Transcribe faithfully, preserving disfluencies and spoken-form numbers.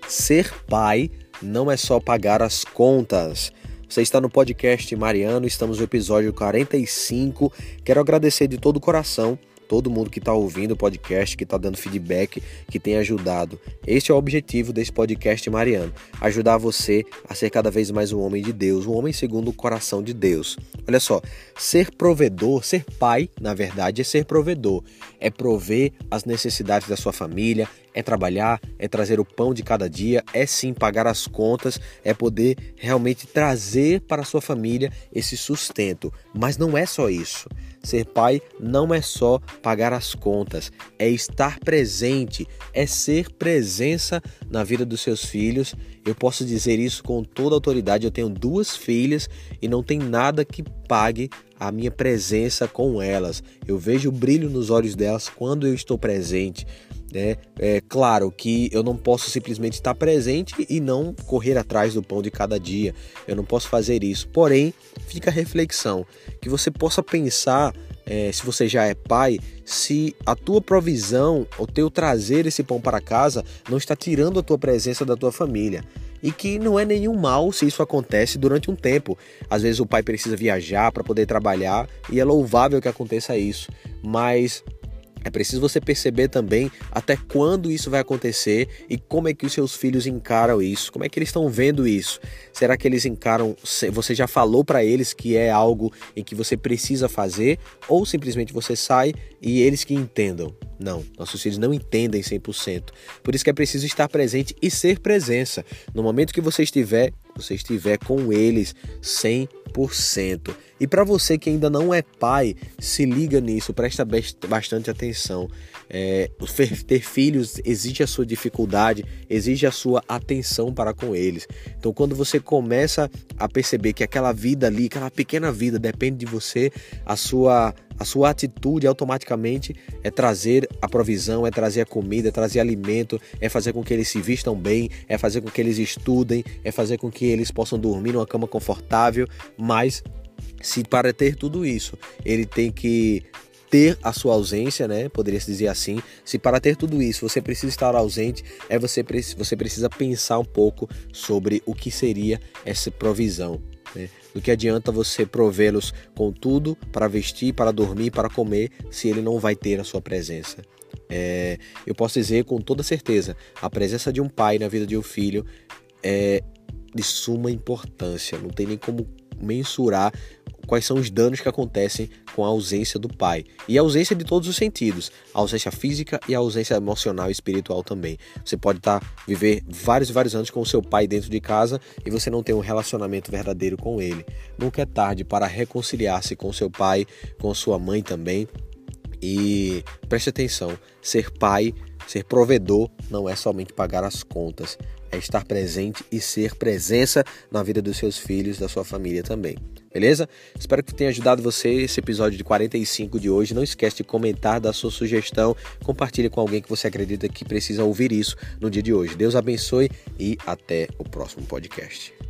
Ser pai não é só pagar as contas. Você está no podcast Mariano, estamos no episódio quarenta e cinco. Quero agradecer de todo o coração todo mundo que está ouvindo o podcast, que está dando feedback, que tem ajudado. Este é o objetivo desse podcast Mariano, ajudar você a ser cada vez mais um homem de Deus, um homem segundo o coração de Deus. Olha só, ser provedor, ser pai, na verdade, é ser provedor. É prover as necessidades da sua família, é trabalhar, é trazer o pão de cada dia, é sim pagar as contas, é poder realmente trazer para a sua família esse sustento. Mas não é só isso. Ser pai não é só pagar as contas, é estar presente, é ser presença na vida dos seus filhos. Eu posso dizer isso com toda a autoridade. Eu tenho duas filhas e não tem nada que pague a minha presença com elas. Eu vejo o brilho nos olhos delas quando eu estou presente. É, é claro que eu não posso simplesmente estar presente e não correr atrás do pão de cada dia. Eu não posso fazer isso. Porém, fica a reflexão, que você possa pensar, é, se você já é pai, se a tua provisão, o teu trazer esse pão para casa não está tirando a tua presença da tua família. E que não é nenhum mal se isso acontece durante um tempo. Às vezes o pai precisa viajar para poder trabalhar e é louvável que aconteça isso. Mas é preciso você perceber também até quando isso vai acontecer e como é que os seus filhos encaram isso, como é que eles estão vendo isso. Será que eles encaram, você já falou para eles que é algo em que você precisa fazer, ou simplesmente você sai e eles que entendam? Não, nossos filhos não entendem cem por cento. Por isso que é preciso estar presente e ser presença. No momento que você estiver, você estiver com eles cem por cento. E para você que ainda não é pai, se liga nisso, presta bastante atenção. É, ter filhos exige a sua dificuldade, exige a sua atenção para com eles. Então quando você começa a perceber que aquela vida ali, aquela pequena vida depende de você, a sua, a sua atitude automaticamente é trazer a provisão, é trazer a comida, é trazer alimento, é fazer com que eles se vistam bem, é fazer com que eles estudem, é fazer com que eles possam dormir numa cama confortável. Mas se para ter tudo isso ele tem que ter a sua ausência, né? Poderia se dizer assim. Se para ter tudo isso você precisa estar ausente, é você, você precisa pensar um pouco sobre o que seria essa provisão, né? Do que adianta você provê-los com tudo para vestir, para dormir, para comer, se ele não vai ter a sua presença. É, eu posso dizer com toda certeza, a presença de um pai na vida de um filho é de suma importância. Não tem nem como mensurar quais são os danos que acontecem com a ausência do pai. E a ausência de todos os sentidos. A ausência física e a ausência emocional e espiritual também. Você pode estar, viver vários e vários anos com o seu pai dentro de casa e você não ter um relacionamento verdadeiro com ele. Nunca é tarde para reconciliar-se com seu pai, com sua mãe também. E preste atenção, ser pai, ser provedor não é somente pagar as contas. É estar presente e ser presença na vida dos seus filhos, da sua família também. Beleza? Espero que tenha ajudado você esse episódio de quarenta e cinco de hoje. Não esquece de comentar, dar sua sugestão, compartilhe com alguém que você acredita que precisa ouvir isso no dia de hoje. Deus abençoe e até o próximo podcast.